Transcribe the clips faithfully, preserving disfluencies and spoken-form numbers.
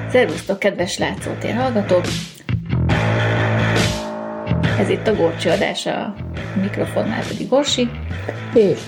Szervusztok, kedves látszótér hallgatók! Ez itt a Górcsi adás, a mikrofonnál pedig Gorsi. És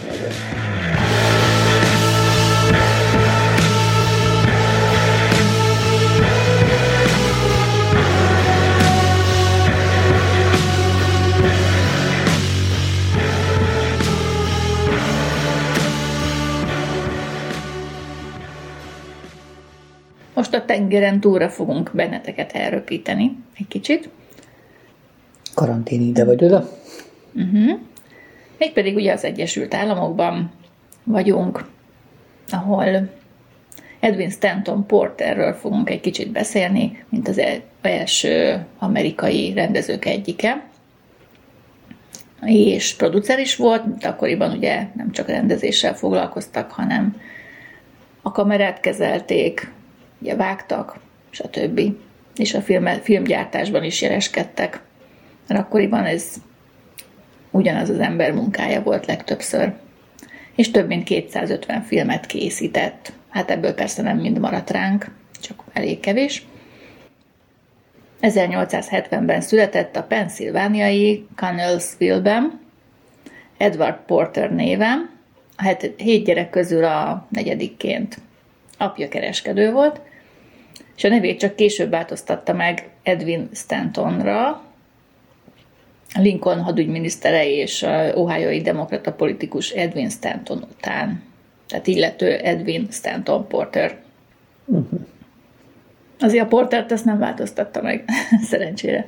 Most a tengeren túlra fogunk benneteket elröpíteni egy kicsit. Karantén ide vagy oda. Uh-huh. Mégpedig ugye az Egyesült Államokban vagyunk, ahol Edwin Stanton Porterről fogunk egy kicsit beszélni, mint az első amerikai rendezők egyike. És producer is volt, mint akkoriban ugye nem csak rendezéssel foglalkoztak, hanem a kamerát kezelték, ugye vágtak, stb. És a film, filmgyártásban is jeleskedtek. Mert akkoriban ez ugyanaz az ember munkája volt legtöbbször. És több mint kétszázötven filmet készített. Hát ebből persze nem mind maradt ránk, csak elég kevés. ezernyolcszázhetvenben született a pennsylvániai Connellsville-ben, Edward Porter néven. A hét gyerek közül a negyedikként. Apja kereskedő volt, és a nevét csak később változtatta meg Edwin Stantonra, Lincoln hadügyminisztere és ohiói demokrata politikus Edwin Stanton után. Tehát illető Edwin Stanton Porter. Uh-huh. Azért a Portert ezt nem változtatta meg, szerencsére.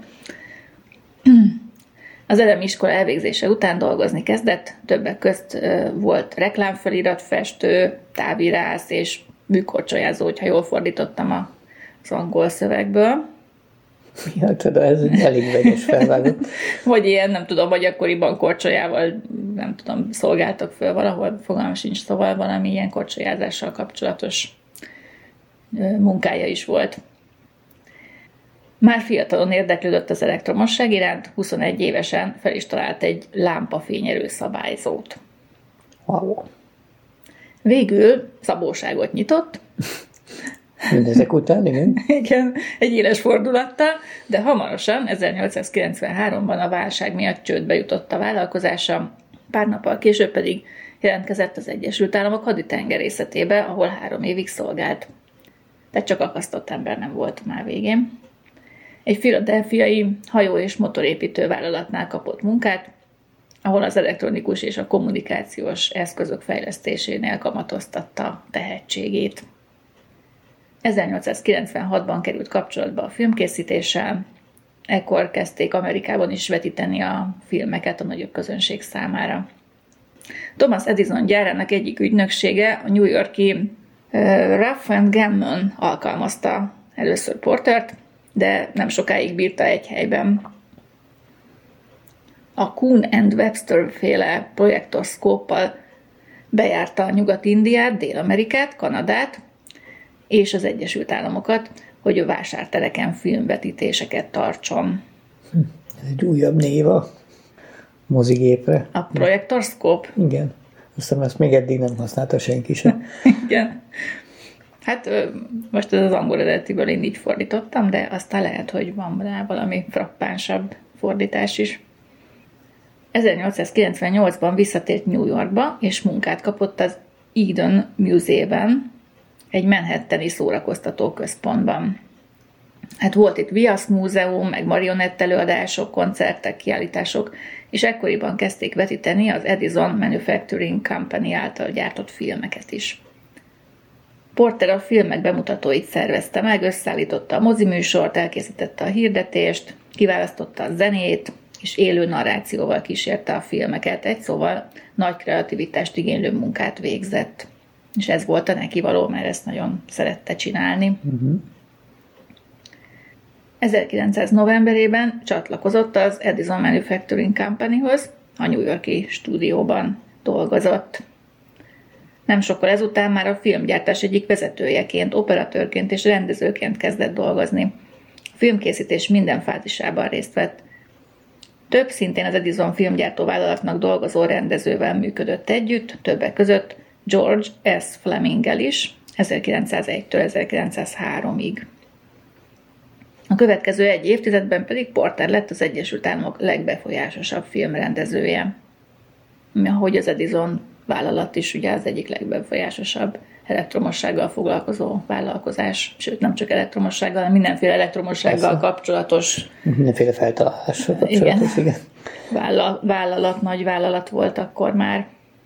Az elemi iskola elvégzése után dolgozni kezdett, többek közt volt reklámfelirat, festő, távírász és műkorcsolyázó, hogyha jól fordítottam az angol szövegből. Ja, tudom, ez elég vegyes felvágott. Vagy ilyen, nem tudom, vagy akkoriban korcsolyával, nem tudom, szolgáltak föl valahol, fogalmam sincs, szóval valami ilyen korcsolyázással kapcsolatos munkája is volt. Már fiatalon érdeklődött az elektromosság iránt, huszonegy évesen fel is talált egy lámpafényerő szabályzót. Wow. Végül szabóságot nyitott. Mindezek után, igen? Igen, egy éles fordulattal, de hamarosan, ezernyolcszázkilencvenháromban a válság miatt csődbe jutott a vállalkozása, pár nappal később pedig jelentkezett az Egyesült Államok haditengerészetébe, ahol három évig szolgált. De csak akasztott ember nem volt már végén. Egy philadelphiai hajó- és motorépítő vállalatnál kapott munkát, ahol az elektronikus és a kommunikációs eszközök fejlesztésénél kamatoztatta tehetségét. ezernyolcszázkilencvenhatban került kapcsolatba a filmkészítéssel, ekkor kezdték Amerikában is vetíteni a filmeket a nagyobb közönség számára. Thomas Edison gyárának egyik ügynöksége, a New York-i uh, Ruff and Gammon alkalmazta először Portert, de nem sokáig bírta egy helyben. A Kuhn and Webster féle projektorszkóppal bejárta a Nyugat-Indiát, Dél-Amerikát, Kanadát és az Egyesült Államokat, hogy a vásártereken filmvetítéseket tartson. Ez egy újabb név a mozigépre. A projektorszkóp? Igen. Azt hiszem, ezt még eddig nem használta senki sem. Igen. Hát most ez az angol eredetiből én így fordítottam, de aztán lehet, hogy van rá valami frappánsabb fordítás is. ezernyolcszázkilencvennyolcban visszatért New Yorkba, és munkát kapott az Eden Museumban, egy manhattani szórakoztató központban. Hát volt itt viasz múzeum, meg marionett előadások, koncertek, kiállítások, és ekkoriban kezdték vetíteni az Edison Manufacturing Company által gyártott filmeket is. Porter a filmek bemutatóit szervezte meg, összeállította a moziműsort, elkészítette a hirdetést, kiválasztotta a zenét, és élő narrációval kísérte a filmeket, egy szóval nagy kreativitást igénylő munkát végzett. És ez volt a neki való, mert ezt nagyon szerette csinálni. Uh-huh. ezerkilencszáz novemberében csatlakozott az Edison Manufacturing Companyhoz, a New York-i stúdióban dolgozott. Nem sokkal ezután már a filmgyártás egyik vezetőjeként, operatőrként és rendezőként kezdett dolgozni. A filmkészítés minden fázisában részt vett. Több szintén az Edison filmgyártóvállalatnak dolgozó rendezővel működött együtt, többek között George S. Fleminggel is, ezerkilencszázegytől ezerkilencszázháromig. A következő egy évtizedben pedig Porter lett az Egyesült Államok legbefolyásosabb filmrendezője. Ahogy az Edison vállalat is ugye az egyik legbefolyásosabb elektromossággal foglalkozó vállalkozás, sőt nem csak elektromossággal, hanem mindenféle elektromossággal Persze. kapcsolatos. Mindenféle feltalálással kapcsolatos, igen. igen. Vállalat, vállalat, nagy vállalat volt akkor már.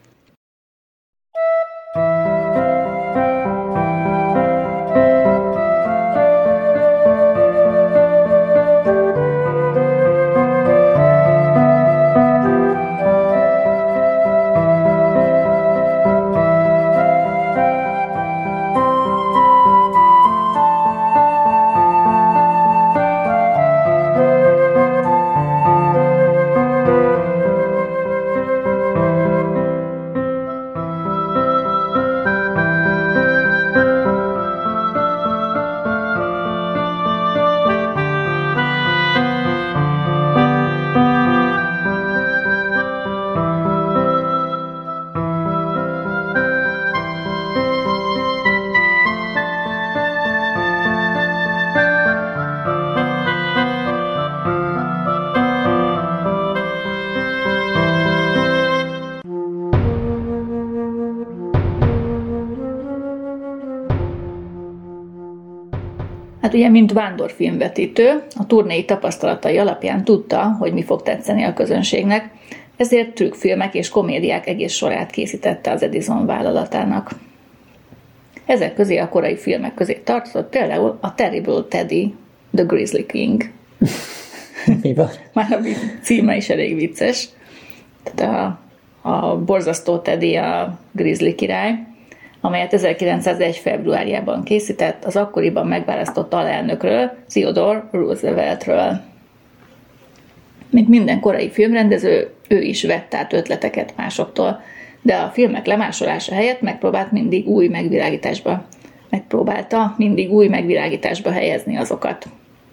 Hát ugye, mint vándorfilmvetítő, a turnéi tapasztalatai alapján tudta, hogy mi fog tetszeni a közönségnek, ezért trükkfilmek és komédiák egész sorát készítette az Edison vállalatának. Ezek közé a korai filmek közé tartozott például a Terrible Teddy, The Grizzly King. Mi van? Már a címe is elég vicces. Tehát a, a borzasztó Teddy, a Grizzly király, amelyet ezerkilencszázegy. februárjában készített az akkoriban megválasztott alelnökről, Theodore Rooseveltről. Mint minden korai filmrendező, ő is vett át ötleteket másoktól, de a filmek lemásolása helyett megpróbált mindig új megvilágításba. Megpróbálta mindig új megvilágításba helyezni azokat.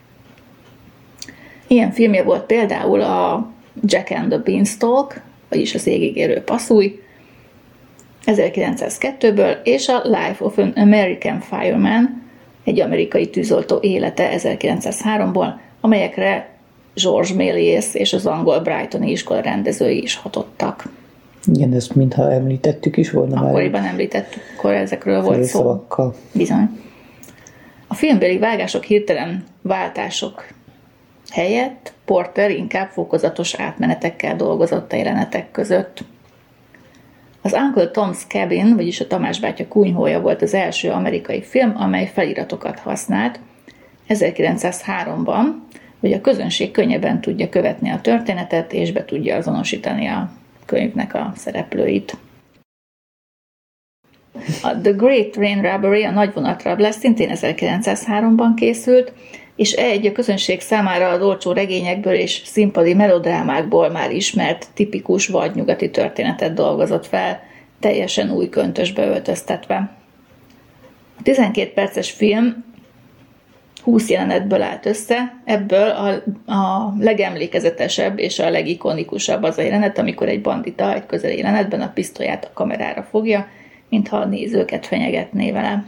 Ilyen filmje volt például a Jack and the Beanstalk, vagyis az égig érő passzúj, ezerkilencszázkettőből, és a Life of an American Fireman, egy amerikai tűzoltó élete ezerkilencszázháromból, amelyekre George Méliès és az angol Brightoni iskola rendezői is hatottak. Igen, ezt mintha említettük is volna már. Akkoriban említettük, akkor ezekről volt szó. Szavakkal. Bizony. A filmbeli vágások hirtelen váltások helyett Porter inkább fokozatos átmenetekkel dolgozott a jelenetek között. Az Uncle Tom's Cabin, vagyis a Tamás bátya kunyhója volt az első amerikai film, amely feliratokat használt ezerkilencszázháromban, hogy a közönség könnyebben tudja követni a történetet, és be tudja azonosítani a könyvnek a szereplőit. A The Great Train Robbery, a nagy vonatrablás szintén ezerkilencszázháromban készült, és egy a közönség számára az olcsó regényekből és színpadi melodrámákból már ismert, tipikus vadnyugati történetet dolgozott fel, teljesen új köntösbe öltöztetve. A tizenkét perces film húsz jelenetből állt össze, ebből a, a legemlékezetesebb és a legikonikusabb az a jelenet, amikor egy bandita egy közeli jelenetben a pisztolyát a kamerára fogja, mintha a nézőket fenyegetné vele.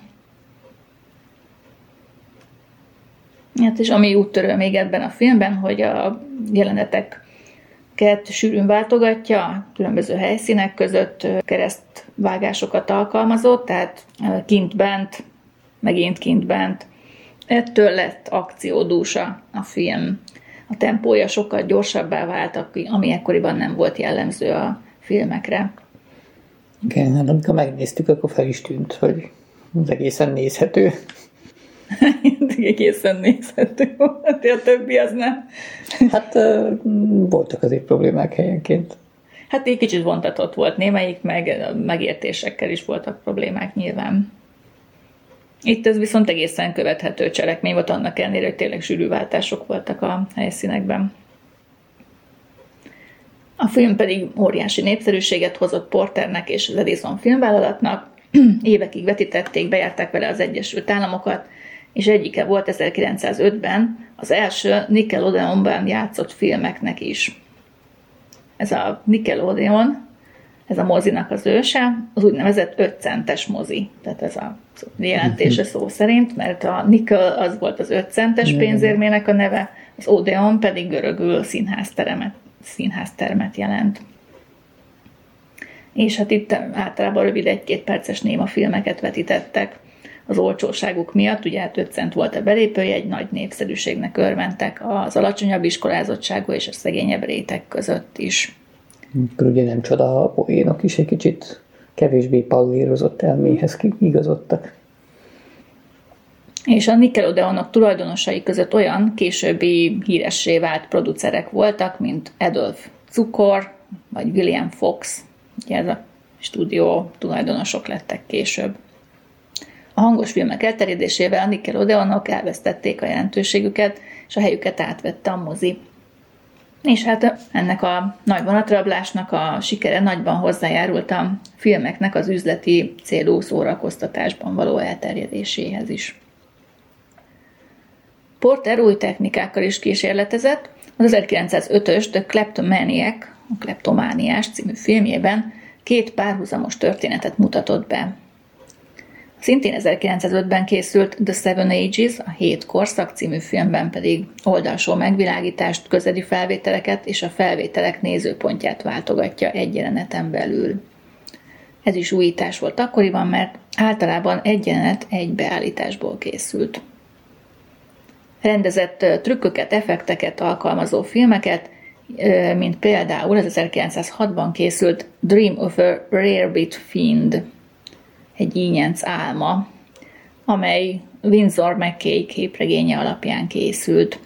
Hát és ami úttörő még ebben a filmben, hogy a jeleneteket sűrűn váltogatja, különböző helyszínek között keresztvágásokat alkalmazott, tehát kint-bent, megint kint-bent. Ettől lett akciódúsa a film. A tempója sokkal gyorsabbá vált, ami ekkoriban nem volt jellemző a filmekre. Igen, hát amikor megnéztük, akkor fel is tűnt, hogy az egészen nézhető. Egészen nézhető volt, a többi az nem. Hát voltak azért problémák helyenként. Hát egy kicsit vontatott volt némelyik, meg megértésekkel is voltak problémák nyilván. Itt ez viszont egészen követhető cselekmény volt, annak ellenére, hogy tényleg sűrű váltások voltak a helyszínekben. A film pedig óriási népszerűséget hozott Porternek és az Edison filmvállalatnak. Évekig vetítették, bejárták vele az Egyesült Államokat, és egyike volt ezerkilencszázötben az első Nickelodeonban játszott filmeknek is. Ez a Nickelodeon, ez a mozinak az őse, az úgynevezett öt centes mozi. Tehát ez a jelentése szó szerint, mert a Nickel az volt az öt centes pénzérmének a neve, az Odeon pedig görögül színháztermet, színháztermet jelent. És hát itt általában rövid egy-két perces néma filmeket vetítettek az olcsóságuk miatt, ugye hát öt cent volt a belépője, egy nagy népszerűségnek örventek az alacsonyabb iskolázottságú és a szegényebb réteg között is. Akkor ugye nem csoda, a poénok is egy kicsit kevésbé pallírozott elméhez igazodtak. És a Nickelodeonok tulajdonosai között olyan későbbi híressé vált producerek voltak, mint Adolf Zukor vagy William Fox. Ugye ez a stúdió tulajdonosok lettek később. A hangos filmek elterjedésével a Nickelodeonok elvesztették a jelentőségüket, és a helyüket átvette a mozi. És hát ennek a nagy vonatrablásnak a sikere nagyban hozzájárult a filmeknek az üzleti célú szórakoztatásban való elterjedéséhez is. Porter új technikákkal is kísérletezett. Az ezerkilencszázötös The Kleptomaniac, a Kleptomániás című filmjében két párhuzamos történetet mutatott be. Szintén ezerkilencszázötben készült The Seven Ages, a Hét korszak című filmben pedig oldalsó megvilágítást, közeli felvételeket és a felvételek nézőpontját váltogatja egy jeleneten belül. Ez is újítás volt akkoriban, mert általában egy jelenet egy beállításból készült. Rendezett trükköket, effekteket alkalmazó filmeket, mint például az ezerkilencszázhatban készült Dream of a Rarebit Fiend, egy ínyenc álma, amely Winsor McCay képregénye alapján készült.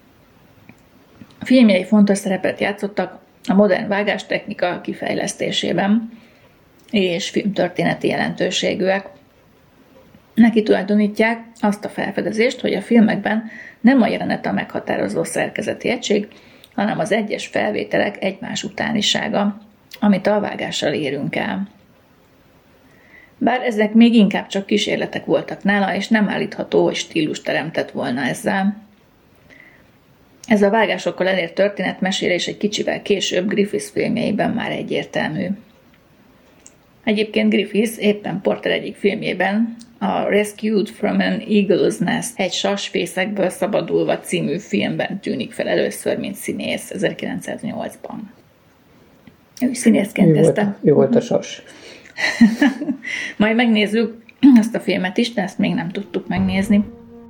A filmjei fontos szerepet játszottak a modern vágástechnika kifejlesztésében, és filmtörténeti jelentőségűek. Neki tulajdonítják azt a felfedezést, hogy a filmekben nem a jelenet a meghatározó szerkezeti egység, hanem az egyes felvételek egymás utánisága, amit a vágással érünk el. Bár ezek még inkább csak kísérletek voltak nála, és nem állítható, hogy stílus teremtett volna ezzel. Ez a vágásokkal elért történetmesélés egy kicsivel később Griffith filmjeiben már egyértelmű. Egyébként Griffith éppen Porter egyik filmjében, a Rescued from an Eagle's Nest, egy sasfészekből szabadulva című filmben tűnik fel először, mint színész ezerkilencszáznyolcban. Ő is színészként kezdte. Jó volt, jó volt a sas. Majd megnézzük azt a filmet is, de ezt még nem tudtuk megnézni.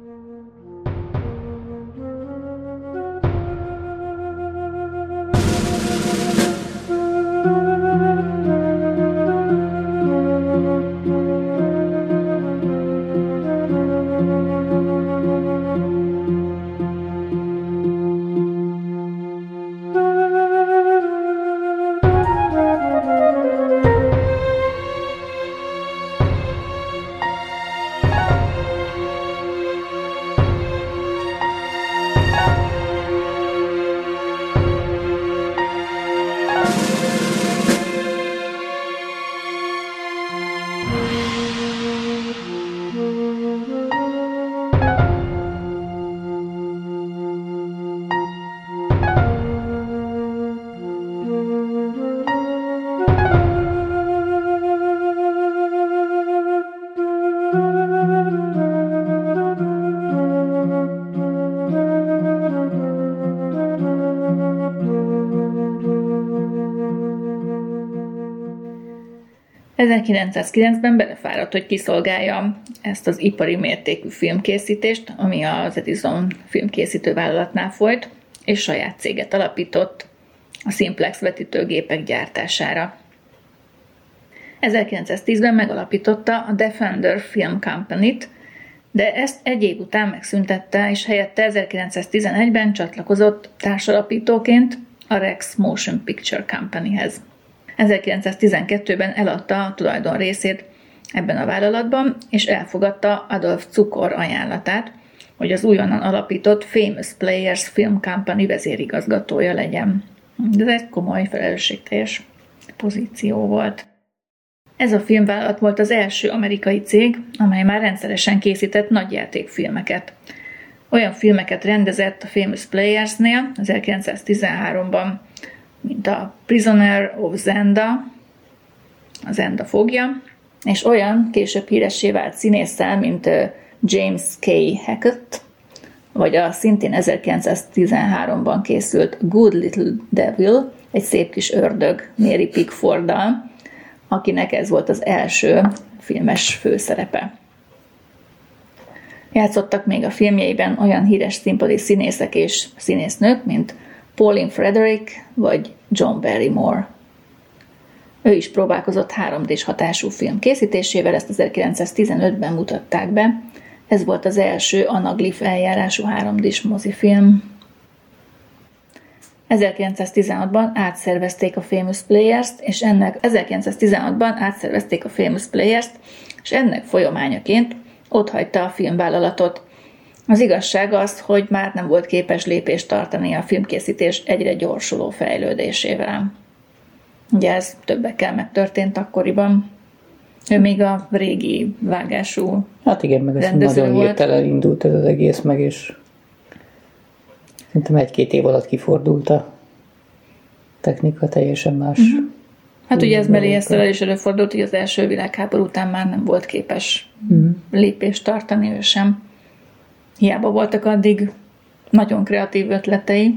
ezerkilencszázkilencben belefáradt, hogy kiszolgálja ezt az ipari mértékű filmkészítést, ami az Edison filmkészítő vállalatnál folyt, és saját céget alapított a Simplex vetítőgépek gyártására. ezerkilencszáztízben megalapította a Defender Film Company-t, de ezt egy év után megszüntette, és helyette ezerkilencszáztizenegyben csatlakozott társalapítóként a Rex Motion Picture Companyhez. ezerkilencszáztizenkettőben eladta a tulajdon részét ebben a vállalatban, és elfogadta Adolf Zukor ajánlatát, hogy az újonnan alapított Famous Players Film Company vezérigazgatója legyen. De ez egy komoly, felelősségteljes pozíció volt. Ez a filmvállalat volt az első amerikai cég, amely már rendszeresen készített nagyjátékfilmeket. Olyan filmeket rendezett a Famous Playersnél ezerkilencszáztizenháromban, mint a Prisoner of Zenda, az Enda fogja, és olyan később híressé vált színésszel, mint James K. Hackett, vagy a szintén ezerkilencszáztizenháromban készült Good Little Devil, egy szép kis ördög Mary Pickforddal, akinek ez volt az első filmes főszerepe. Játszottak még a filmjeiben olyan híres színpadi színészek és színésznők, mint Pauline Frederick vagy John Barrymore. Ő is próbálkozott három dés hatású film készítésével, ezt ezerkilencszáztizenötben mutatták be. Ez volt az első anaglif eljárású három dés mozifilm. ezerkilencszáztizenhatban átszervezték a Famous Players-t, és ennek ezerkilencszáztizenhatban átszervezték a Famous Players-t, és ennek folyamányaként otthagyta a filmvállalatot. Az igazság az, hogy már nem volt képes lépést tartani a filmkészítés egyre gyorsuló fejlődésével. Ugye ez többekkel megtörtént akkoriban. Ő még a régi vágású Hát igen, meg ezt nagyon volt. hirtelen indult ez az egész meg, és szerintem egy-két év alatt kifordult a technika, teljesen más. Uh-huh. Hát ugye ez Mélièszel is előfordult, hogy az első világháború után már nem volt képes uh-huh. lépést tartani ő sem. Hiába voltak addig nagyon kreatív ötletei.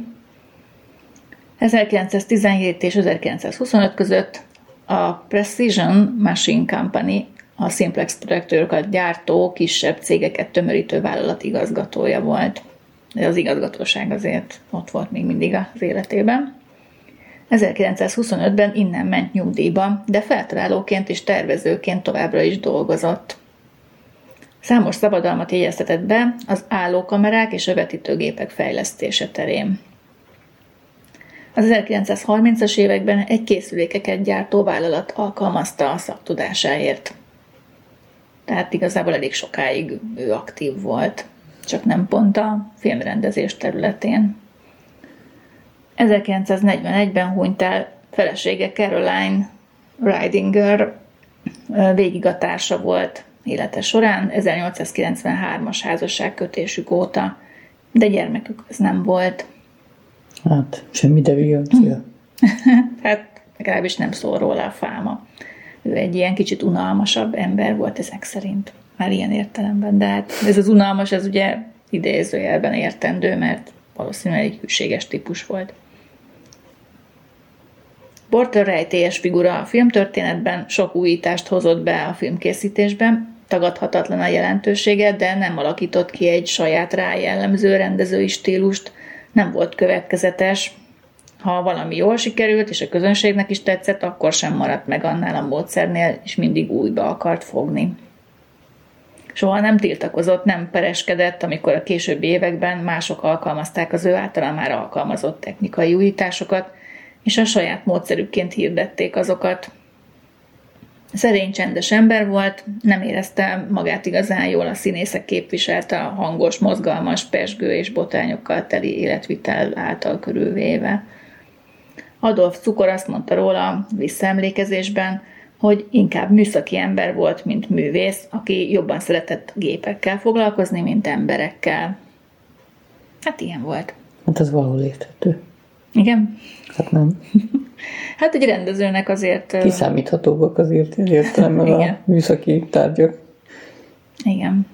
ezerkilencszáztizenhét és ezerkilencszázhuszonöt között a Precision Machine Company, a szimplex projektőröket gyártó, kisebb cégeket tömörítő vállalat igazgatója volt. De az igazgatóság azért ott volt még mindig az életében. ezerkilencszázhuszonötben innen ment nyugdíjba, de feltalálóként és tervezőként továbbra is dolgozott. Számos szabadalmat jegyeztetett be az állókamerák és a vetítőgépek fejlesztése terén. Az ezerkilencszázharmincas években egy készülékeket gyártó vállalat alkalmazta a szaktudásáért. Tehát igazából elég sokáig ő aktív volt, csak nem pont a filmrendezés területén. ezerkilencszáznegyvenegyben hunyt el felesége Caroline Ridinger, végig a társa volt élete során, ezernyolcszázkilencvenhármas házasságkötésük óta, de gyermekük az nem volt. Hát, semmi deviancia. Hát, legalábbis nem szól róla a fáma. Ő egy ilyen kicsit unalmasabb ember volt ezek szerint. Már ilyen értelemben, de hát ez az unalmas, ez ugye idézőjelben értendő, mert valószínűleg egy hűséges típus volt. Porter rejtélyes figura a filmtörténetben, sok újítást hozott be a filmkészítésben, tagadhatatlan a jelentősége, de nem alakított ki egy saját rá jellemző rendezői stílust, nem volt következetes. Ha valami jól sikerült, és a közönségnek is tetszett, akkor sem maradt meg annál a módszernél, és mindig újba akart fogni. Soha nem tiltakozott, nem pereskedett, amikor a későbbi években mások alkalmazták az ő általán már alkalmazott technikai újításokat, és a saját módszerükként hirdették azokat. Szerény, csendes ember volt, nem érezte magát igazán jól a színészek képviselte a hangos, mozgalmas, pezsgő és botányokkal teli életvitel által körülvéve. Adolf Cukor azt mondta róla visszaemlékezésben, hogy inkább műszaki ember volt, mint művész, aki jobban szeretett gépekkel foglalkozni, mint emberekkel. Hát ilyen volt. Hát ez valahol érthető. Igen? Hát nem. Hát egy rendezőnek azért... Kiszámíthatóbbak azért értelemben a műszaki tárgyak. Igen.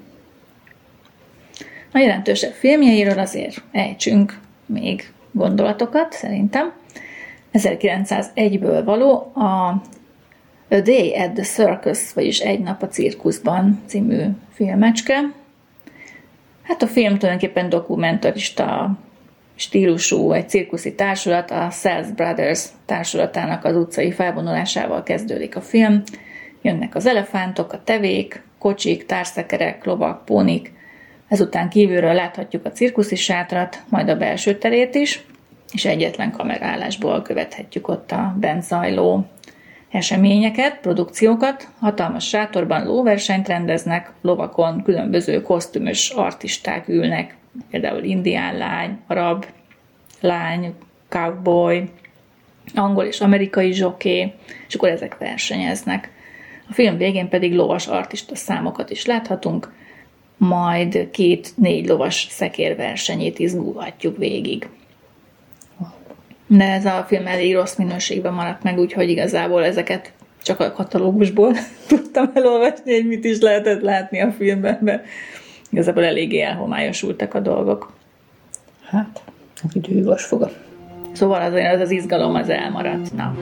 A jelentősebb filmjeiről azért ejtsünk még gondolatokat, szerintem. ezerkilencszázegyből való a A Day at the Circus, vagyis Egy nap a cirkuszban című filmecske. Hát a film tulajdonképpen dokumentarista stílusú, egy cirkuszi társulat, a Sal's Brothers társulatának az utcai felvonulásával kezdődik a film. Jönnek az elefántok, a tevék, kocsik, társzekerek, lovak, pónik. Ezután kívülről láthatjuk a cirkuszi sátrat, majd a belső terét is, és egyetlen kamerálásból követhetjük ott a bent zajló eseményeket, produkciókat. Hatalmas sátorban lóversenyt rendeznek, lovakon különböző kosztümös artisták ülnek, például indián lány, arab lány, cowboy, angol és amerikai zsoké, és akkor ezek versenyeznek. A film végén pedig lovas artista számokat is láthatunk, majd két négy lovas szekérversenyét izgulhatjuk végig. De ez a film elég rossz minőségben maradt meg, úgyhogy igazából ezeket Csak a katalógusból tudtam elolvasni, hogy mit is lehetett látni a filmben, mert igazából eléggé elhomályosultak a dolgok. Hát, az idő vasfoga. Szóval azért az az izgalom az elmaradt. Na.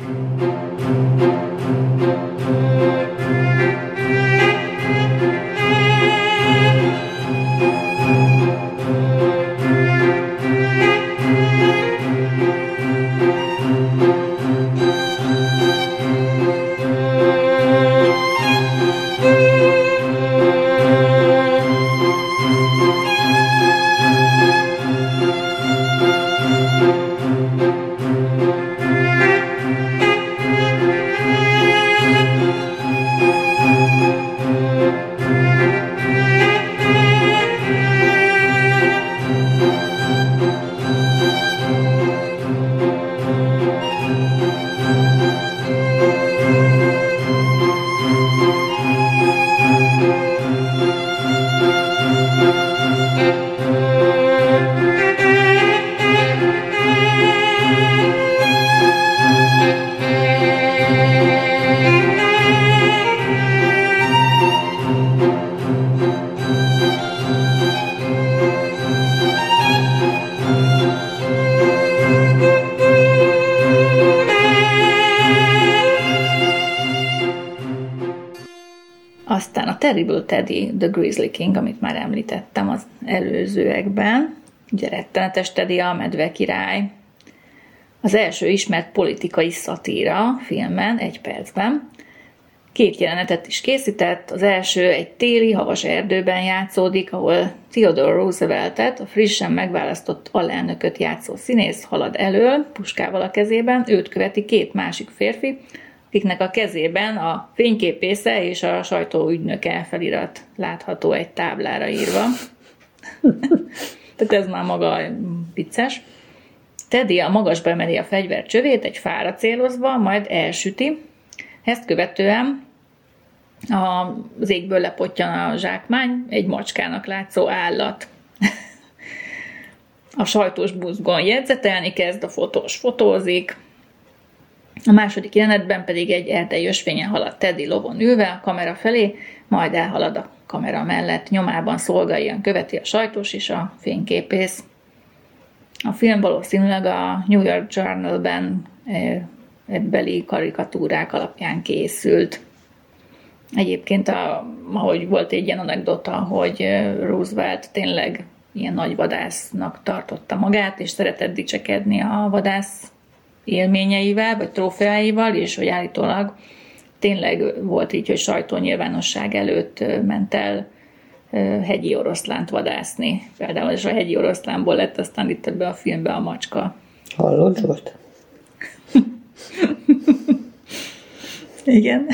Aztán a Terrible Teddy, The Grizzly King, amit már említettem az előzőekben. Ugye rettenetes Teddy, a medve király. Az első ismert politikai szatíra filmben, egy percben. Két jelenetet is készített. Az első egy téli, havas erdőben játszódik, ahol Theodore Rooseveltet, a frissen megválasztott alelnököt játszó színész halad elől, puskával a kezében. Őt követi két másik férfi, akiknek a kezében a fényképésze és a sajtóügynöke felirat látható egy táblára írva. Tehát ez már maga vicces. Teddy a magasba emeli a fegyver csövét egy fára célozva, majd elsüti. Ezt követően az égből lepottyan a zsákmány, egy macskának látszó állat. A sajtós buzgon jegyzetelni kezd, a fotós fotózik. A második jelenetben pedig egy erdei ösvényen halad Teddy lovon ülve a kamera felé, majd elhalad a kamera mellett, nyomában szolgáljan követi a sajtós és a fényképész. A film valószínűleg a New York Journal-ben ebbeli karikatúrák alapján készült. Egyébként, a, ahogy volt egy ilyen anekdota, hogy Roosevelt tényleg ilyen nagy vadásznak tartotta magát, és szeretett dicsekedni a vadász élményeivel, vagy trófeáival, és hogy állítólag tényleg volt így, hogy sajtónyilvánosság előtt ment el hegyi oroszlánt vadászni. Például, és a hegyi oroszlánból lett aztán itt ebbe a filmbe a macska. Hallod, Zsolt? Igen.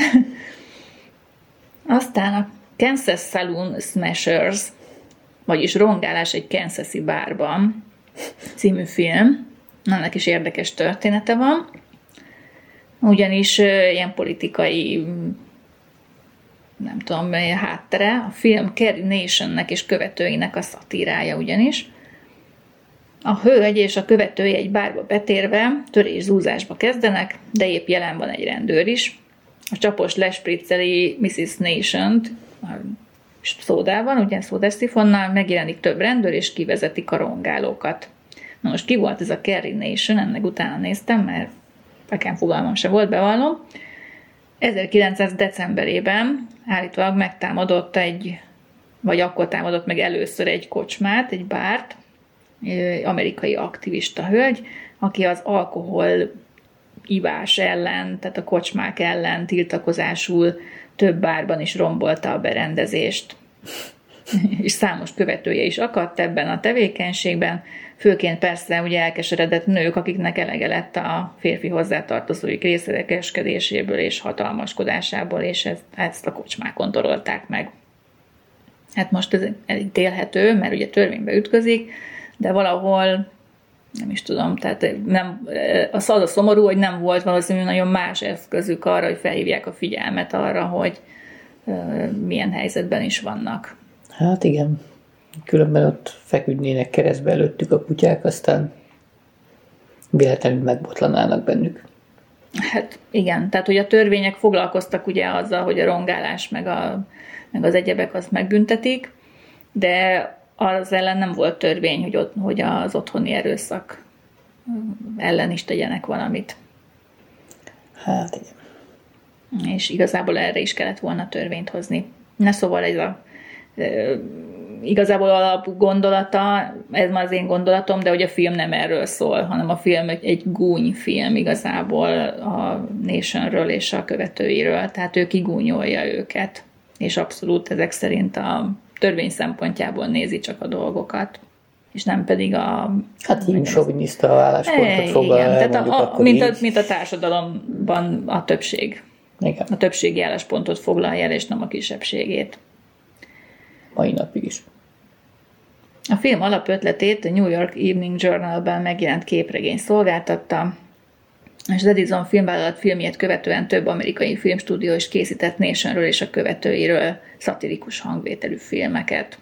Aztán a Kansas Saloon Smashers, vagyis Rongálás egy kansasi bárban című film. Ennek is érdekes története van. Ugyanis ilyen politikai, nem tudom, háttere. A film Carrie Nationnek és követőinek a szatírája ugyanis. A hölgy és a követői egy bárba betérve törés-zúzásba kezdenek, de épp jelen van egy rendőr is. A csapos lespricceli missziz Nation-t szódában, ugye szódás szifonnal megjelenik több rendőr, és kivezetik a rongálókat. Na most ki volt ez a Carrie Nation? Ennek utána néztem, mert nekem fogalmam se volt, bevallom. ezerkilencszáz decemberében állítólag megtámadott egy, vagy akkor támadott meg először egy kocsmát, egy bárt, amerikai aktivista hölgy, aki az alkohol ivás ellen, tehát a kocsmák ellen tiltakozásul több bárban is rombolta a berendezést. És számos követője is akadt ebben a tevékenységben, főként persze ugye elkeseredett nők, akiknek elege lett a férfi hozzátartozóik részerekeskedéséből és hatalmaskodásából, és ezt, ezt a kocsmákon torolták meg. Hát most ez elítélhető, mert ugye törvénybe ütközik, de valahol nem is tudom, tehát nem, az a szomorú, hogy nem volt valószínűleg nagyon más eszközük arra, hogy felhívják a figyelmet arra, hogy milyen helyzetben is vannak. Hát igen. Különben ott feküdnének keresztbe előttük a kutyák, aztán véletlenül megbotlanának bennük. Hát igen, tehát hogy a törvények foglalkoztak ugye azzal, hogy a rongálás meg, a, meg az egyebek azt megbüntetik, de az ellen nem volt törvény, hogy, ott, hogy az otthoni erőszak ellen is tegyenek valamit. Hát igen. És igazából erre is kellett volna törvényt hozni. Na szóval ez a e, igazából alap gondolata, ez már az én gondolatom, de hogy a film nem erről szól, hanem a film egy, egy gúnyfilm igazából a Nationről és a követőiről, tehát ő kigúnyolja őket, és abszolút ezek szerint a törvény szempontjából nézi csak a dolgokat, és nem pedig a... Hát így soviniszta álláspontot foglal el, tehát mondjuk a, a, akkor mint, a, így. mint a társadalomban a többség. Igen. A többségi álláspontot foglalja el, és nem a kisebbségét. Mai napig is. A film alapötletét a New York Evening Journal-ben megjelent képregény szolgáltatta, és az Edison filmvállalat filmjét követően több amerikai filmstúdió is készített Nationről és a követőiről szatirikus hangvételű filmeket.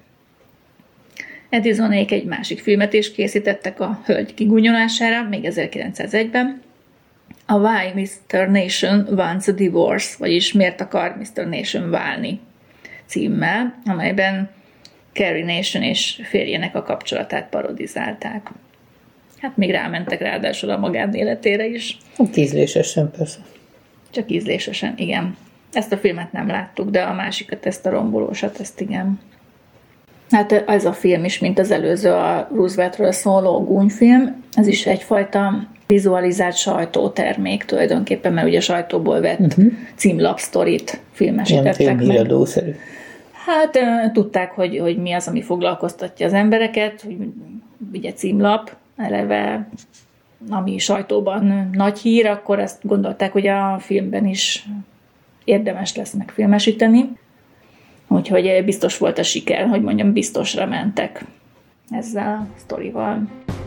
Edisonék egy másik filmet is készítettek a hölgy kigúnyolására, még ezerkilencszázegyben, a Why miszter Nation Wants a Divorce, vagyis Miért akar miszter Nation válni címmel, amelyben Carrie Nation és férjének a kapcsolatát parodizálták. Hát még rámentek ráadásul a magánéletére is. Ízlésesen persze. Csak ízlésesen, igen. Ezt a filmet nem láttuk, de a másikat, ezt a rombolósat, ezt igen. Hát ez a film is, mint az előző, a Rooseveltről szóló gúnyfilm, ez is egyfajta vizualizált sajtótermék tulajdonképpen, mert ugye a sajtóból vett uh-huh. címlapsztorit filmesítettek ilyen meg. filmhíradószerű. Hát tudták, hogy, hogy mi az, ami foglalkoztatja az embereket, hogy ugye címlap, eleve, ami sajtóban nagy hír, akkor ezt gondolták, hogy a filmben is érdemes lesz megfilmesíteni. Úgyhogy biztos volt a siker, hogy mondjam, biztosra mentek ezzel a sztorival.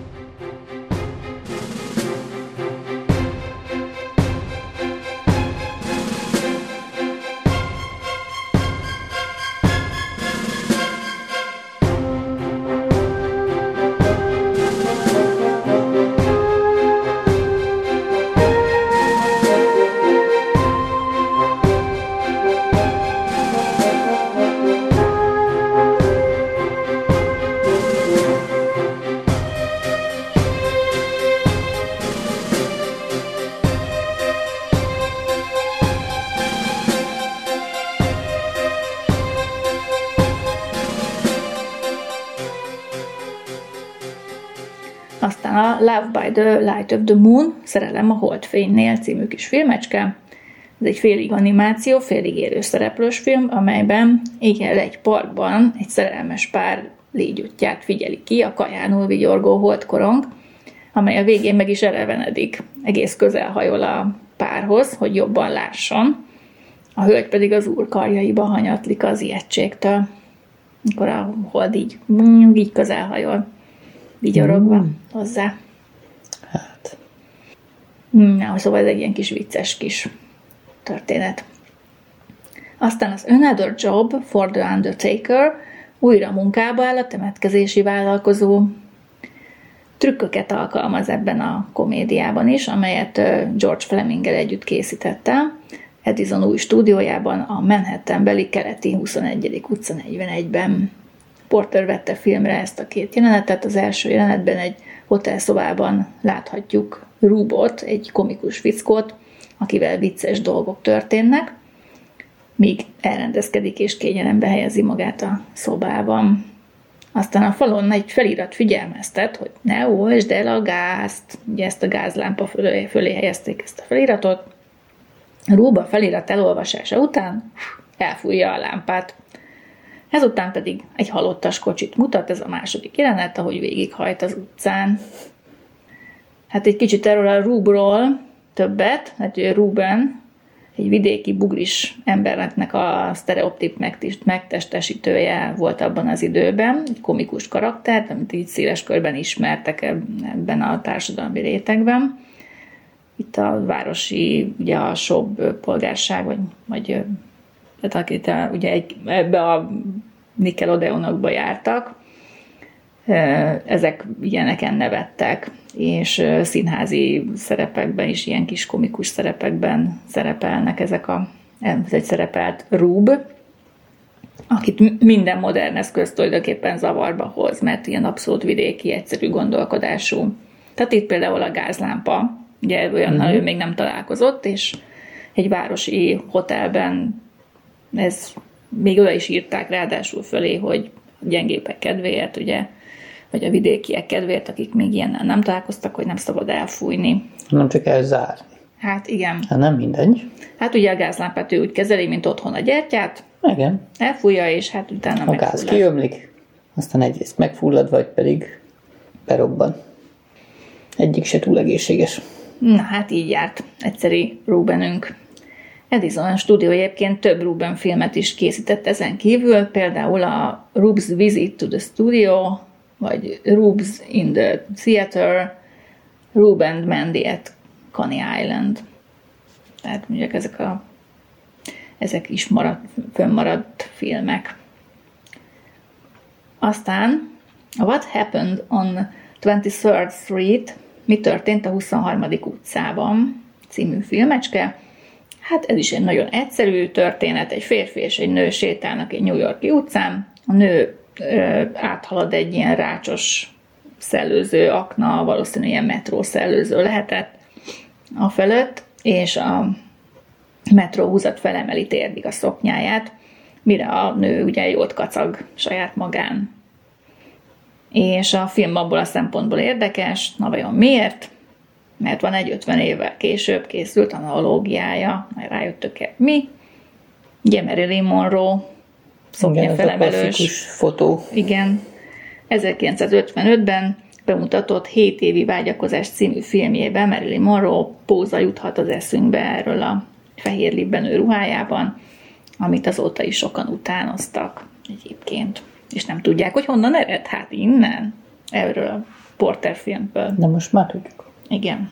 Aztán a Love by the Light of the Moon, Szerelem a Holdfénynél című kis filmecske. Ez egy félig animáció, félig élő szereplős film, amelyben igen, egy parkban egy szerelmes pár légyútját figyeli ki a kajánul vigyorgó holdkorong, amely a végén meg is elevenedik. Egész közel hajol a párhoz, hogy jobban lásson. A hölgy pedig az úr karjaiba hanyatlik az ijegységtől. Mikor a hold így, így közel hajol. Vigyorogva mm. hozzá. Hát. Na, szóval ez egy ilyen kis vicces kis történet. Aztán az Another Job for the Undertaker, újra munkába áll a temetkezési vállalkozó. Trükköket alkalmaz ebben a komédiában is, amelyet George Fleminggel együtt készítette Edison új stúdiójában, a Manhattanbeli keleti huszonegyedik utca negyvenegyben. Porter vette filmre ezt a két jelenetet. Az első jelenetben egy hotelszobában láthatjuk Rubot, egy komikus fickót, akivel vicces dolgok történnek, míg elrendezkedik és kényelembe helyezi magát a szobában. Aztán a falon egy felirat figyelmeztet, hogy ne olvasd el a gázt. Ugye ezt a gázlámpa fölé, fölé helyezték ezt a feliratot. Rub a felirat elolvasása után elfújja a lámpát. Ezután pedig egy halottas kocsit mutat, ez a második jelenet, ahogy végighajt az utcán. Hát egy kicsit erről a Rubról többet, hát ő Ruben, egy vidéki bugris embernek a sztereotíp megtestesítője volt abban az időben, egy komikus karakter, amit így széles körben ismertek ebben a társadalmi rétegben. Itt a városi, ugye a sobb polgárság, vagy, vagy tehát akit ugye egy, ebbe a Nickelodeonokba jártak, ezek ilyeneken nevettek, és színházi szerepekben is, ilyen kis komikus szerepekben szerepelnek ezek a, ez egy szerepelt Rube, akit minden modern eszköz tulajdonképpen zavarba hoz, mert ilyen abszolút vidéki, egyszerű gondolkodású. Tehát itt például a gázlámpa, ugye olyannal mm-hmm. ő még nem találkozott, és egy városi hotelben ez még oda is írták ráadásul fölé, hogy gyengépek kedvéért, ugye, vagy a vidékiek kedvéért, akik még ilyennel nem találkoztak, hogy nem szabad elfújni. Nem csak elzárni. Hát igen. Hát nem mindegy. Hát ugye a gázlámpát ő úgy kezeli, mint otthon a gyertyát. Igen. Elfújja, és hát utána a megfullad. A gáz kiömlik, aztán egyrészt megfullad, vagy pedig berobban. Egyik se túl egészséges. Na hát így járt egyszerű Rubenünk. Edison stúdió egyébként több Ruben filmet is készített ezen kívül, például a Rube's Visit to the Studio, vagy Rube's in the Theater, Rube and Mandy at Coney Island. Tehát mondjuk ezek, a, ezek is maradt, fönnmaradt filmek. Aztán a What Happened on twenty-third Street, mi történt a huszonharmadik utcában című filmecske. Hát ez is egy nagyon egyszerű történet, egy férfi és egy nő sétálnak egy New York-i utcán, a nő ö, áthalad egy ilyen rácsos szellőző akna, valószínűleg ilyen metró szellőző lehetett a felett, és a metró húzat felemeli térdig a szoknyáját, mire a nő ugye jót kacag saját magán. És a film abból a szempontból érdekes, na vajon miért? Mert van egy ötven évvel később készült analógiája, majd rájöttök el mi. Ugye Marilyn Monroe, szoknyafelemelős fotó. Igen. ezerkilencszázötvenötben bemutatott hét évi vágyakozás című filmjében Marilyn Monroe póza juthat az eszünkbe erről a fehér libbenő ruhájában, amit azóta is sokan utánoztak egyébként. És nem tudják, hogy honnan ered? Hát innen, erről a Porter filmből. De most már tudjuk. Igen.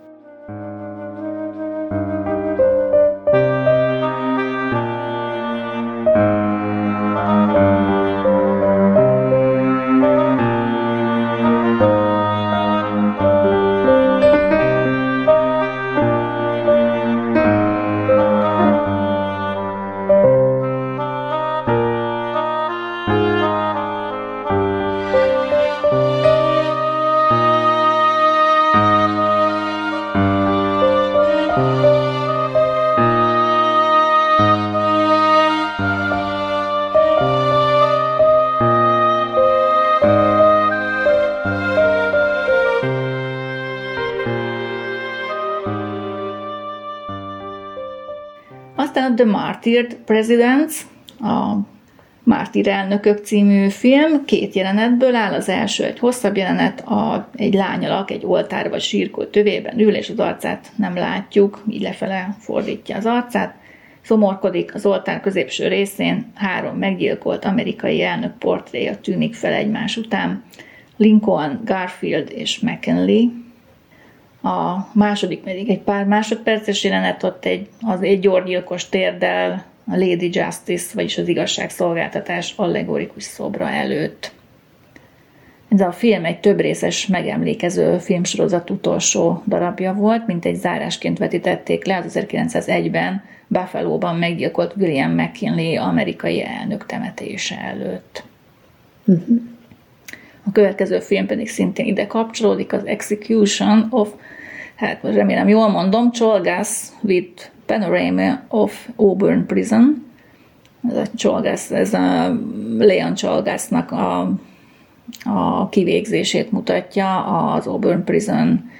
Aztán a The Martyred Presidents, a Mártír elnökök című film két jelenetből áll. Az első egy hosszabb jelenet, a, egy lány alak egy oltár vagy sírkó tövében ül, és az arcát nem látjuk, így lefele fordítja az arcát. Szomorkodik, az oltár középső részén három meggyilkolt amerikai elnök portréja tűnik fel egymás után. Lincoln, Garfield és McKinley. A második pedig egy pár másodperces jelenet, ott egy, az egy gyorgyilkos térdel a Lady Justice, vagyis az igazságszolgáltatás allegorikus szobra előtt. Ez a film egy több részes megemlékező filmsorozat utolsó darabja volt, mint egy zárásként vetítették le az ezerkilencszázegyben Buffalo-ban meggyilkolt William McKinley amerikai elnök temetése előtt. Uh-huh. A következő film pedig szintén ide kapcsolódik, az Execution of, hát remélem jól mondom, Cholgas with Panorama of Auburn Prison. Ez a Cholgas, ez a Leon Cholgasnak a, a kivégzését mutatja az Auburn Prison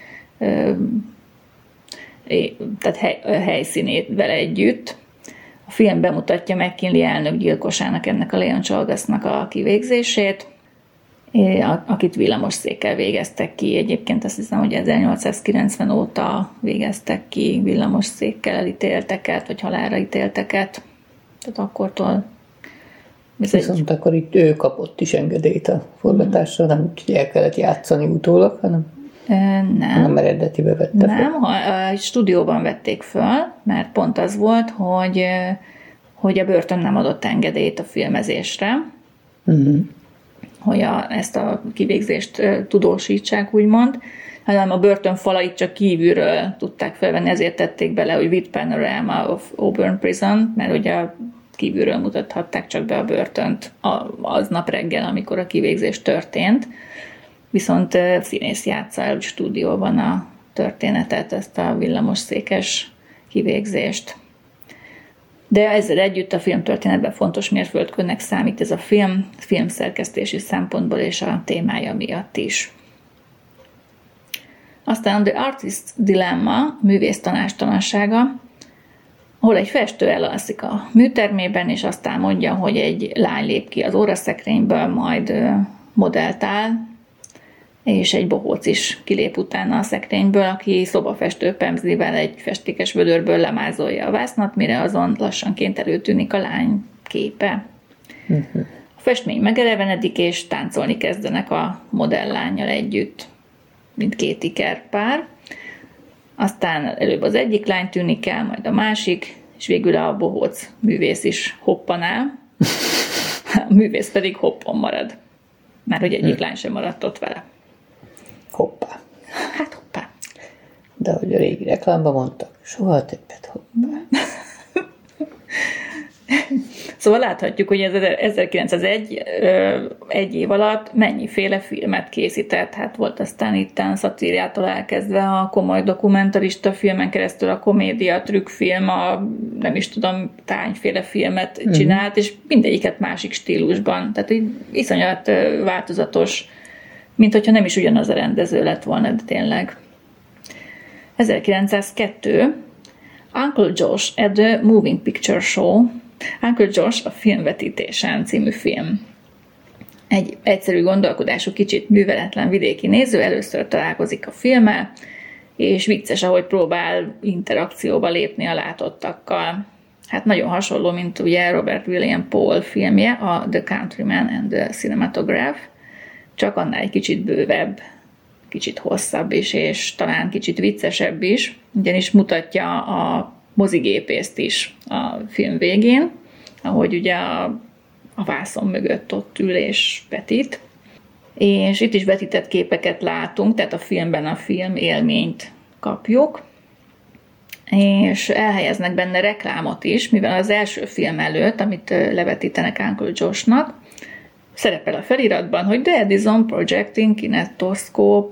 tehát hely, helyszínét vele együtt. A film bemutatja McKinley elnök gyilkosának, ennek a Leon Cholgasnak a kivégzését, akit villamosszékkel végeztek ki. Egyébként azt hiszem, hogy ezernyolcszázkilencven óta végeztek ki villamosszékkel elítélteket, vagy halálra ítélteket. Tehát akkortól... Viszont egy... akkor itt ő kapott is engedélyt a forgatásra, nem úgy el kellett játszani utólag, hanem, nem. hanem eredetibe vette Nem, fel. Ha, a stúdióban vették föl, mert pont az volt, hogy, hogy a börtön nem adott engedélyt a filmezésre. Uh-huh. hogy a, ezt a kivégzést tudósítsák, úgymond, hanem a börtön falait csak kívülről tudták felvenni, ezért tették bele, hogy with panorama of Auburn Prison, mert ugye kívülről mutathatták csak be a börtönt aznap reggel, amikor a kivégzés történt. Viszont színész játsza el stúdióban a történetet, ezt a villamosszékes kivégzést. De ezzel együtt a filmtörténetben fontos mérföldkőnek számít ez a film, filmszerkesztési szempontból és a témája miatt is. Aztán The Artist's Dilemma, művész tanástalansága, ahol egy festő elalszik a műtermében, és aztán mondja, hogy egy lány lép ki az óraszekrényből, majd modellt áll, és egy bohóc is kilép utána a szekrényből, aki szobafestő pemzlivel egy festékes vödörből lemázolja a vásznat, mire azon lassanként előtűnik a lány képe. Uh-huh. A festmény megelevenedik, és táncolni kezdenek a modellánnyal együtt, mint két ikerpár. Aztán előbb az egyik lány tűnik el, majd a másik, és végül a bohóc művész is hoppan el, a művész pedig hoppon marad, mert hogy egyik hmm. lány sem maradt ott vele. Hoppá. Hát hoppá. De ahogy a régi reklámban mondtak, soha többet hoppá. Szóval láthatjuk, hogy ez ezerkilencszázegy egy év alatt mennyiféle filmet készített. Hát volt aztán itten szatírjától elkezdve a komoly dokumentarista filmen keresztül a komédia, trükkfilm, a nem is tudom, tányféle filmet csinált, mm-hmm. és mindegyiket másik stílusban. Tehát így iszonyat változatos, mint hogyha nem is ugyanaz a rendező lett volna, de tényleg. ezerkilencszázkettő Uncle Josh at the Moving Picture Show, Uncle Josh a filmvetítésen című film. Egy egyszerű gondolkodású, kicsit műveletlen vidéki néző először találkozik a filmmel, és vicces, ahogy próbál interakcióba lépni a látottakkal. Hát nagyon hasonló, mint ugye Robert William Paul filmje, a The Countryman and the Cinematograph, csak annál egy kicsit bővebb, kicsit hosszabb is, és talán kicsit viccesebb is, ugyanis mutatja a mozigépészt is a film végén, ahogy ugye a, a vászon mögött ott ül és vetít. És itt is vetített képeket látunk, tehát a filmben a film élményt kapjuk, és elhelyeznek benne reklámot is, mivel az első film előtt, amit levetítenek Uncle Joshnak, szerepel a feliratban, hogy The Edison Projecting Kinetoscope.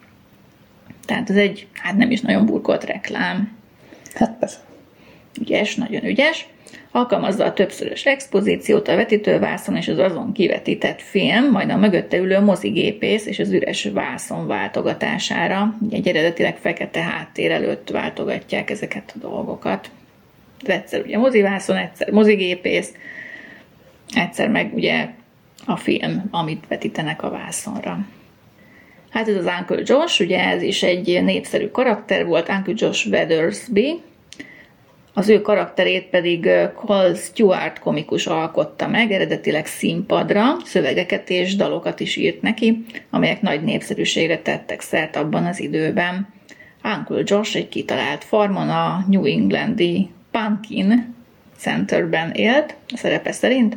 Tehát ez egy, hát nem is nagyon burkolt reklám. Hát persze. Ügyes, nagyon ügyes. Alkalmazza a többszörös expozíciót, a vetítővászon és az azon kivetített film, majd a mögötte ülő mozigépész és az üres vászon váltogatására. Ugye eredetileg fekete háttér előtt váltogatják ezeket a dolgokat. De egyszer ugye mozivászon, egyszer mozigépész, egyszer meg ugye a film, amit vetítenek a vászonra. Hát ez az Uncle Josh, ugye ez is egy népszerű karakter volt, Uncle Josh Weathersby. Az ő karakterét pedig Cole Stewart komikus alkotta meg, eredetileg színpadra, szövegeket és dalokat is írt neki, amelyek nagy népszerűségre tettek szert abban az időben. Uncle Josh egy kitalált farmon a New Englandi Pumpkin Centerben élt, a szerepe szerint,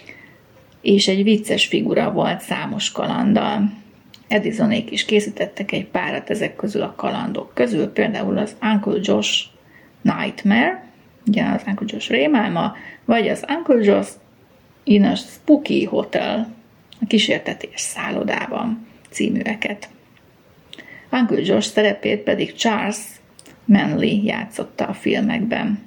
és egy vicces figura volt számos kalanddal. Edisonék is készítettek egy párat ezek közül a kalandok közül, például az Uncle Josh Nightmare, ugye az Uncle Josh rémálma, vagy az Uncle Josh in a Spooky Hotel, a kísértetés szállodában címűeket. Uncle Josh szerepét pedig Charles Manley játszotta a filmekben.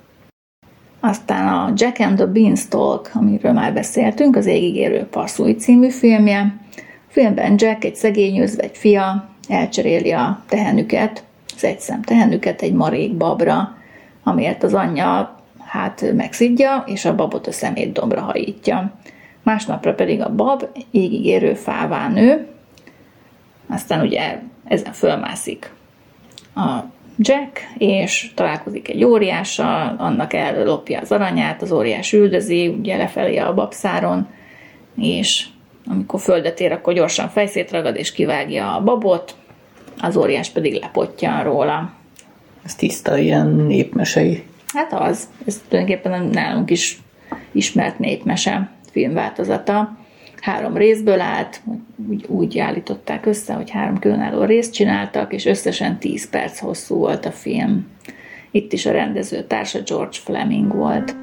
Aztán a Jack and the Beanstalk, amiről már beszéltünk, az Égigérő passzúj című filmje. A filmben Jack, egy szegény özvegy fia, elcseréli a tehenüket, az egyszem tehenüket egy marék babra, amiért az anyja hát megszidja, és a babot a szemétdombra hajítja. Másnapra pedig a bab égigérő fává nő, aztán ugye ezen fölmászik a Jack, és találkozik egy óriással, annak ellopja az aranyát, az óriás üldözi, ugye lefelé a babszáron, és amikor földet ér, akkor gyorsan fejszét ragad, és kivágja a babot, az óriás pedig lepottyan róla. Ez tiszta ilyen népmesei. Hát az, ez tulajdonképpen nálunk is ismert népmese filmváltozata. három részből állt, úgy, úgy állították össze, hogy három különálló részt csináltak, és összesen tíz perc hosszú volt a film. Itt is a rendező társa George Fleming volt.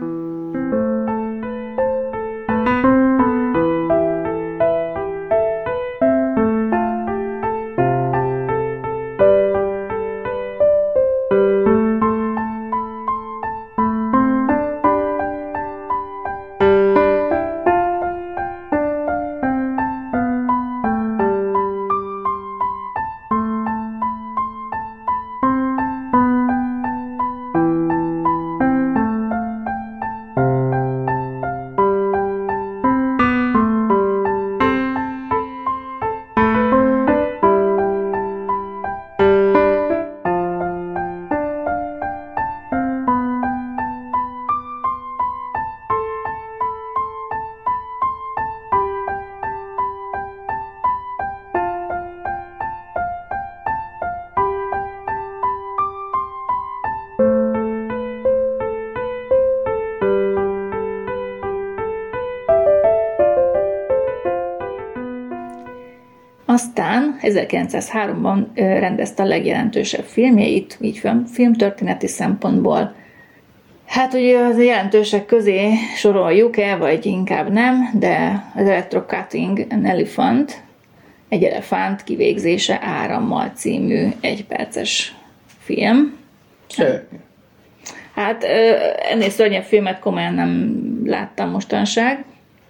Aztán ezerkilencszázháromban rendezte a legjelentősebb filmjeit, így film, filmtörténeti szempontból. Hát ugye az jelentősek közé soroljuk-e, vagy inkább nem, de az Electrocuting an Elephant, egy elefánt kivégzése árammal című egyperces film. Szörnyű. Hát ennél szörnyebb filmet komolyan nem láttam mostanság.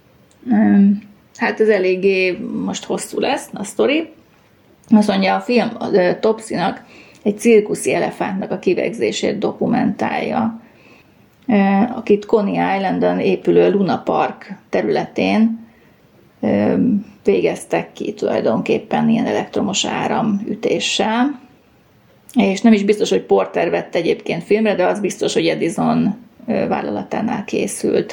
Hát ez eléggé most hosszú lesz a sztori. Azt mondja, a film a Topsy-nak egy cirkuszi elefántnak a kivégzését dokumentálja, akit Coney Islandon épülő Luna Park területén végeztek ki tulajdonképpen ilyen elektromos áramütéssel. És nem is biztos, hogy Porter vett egyébként filmre, de az biztos, hogy Edison vállalatánál készült.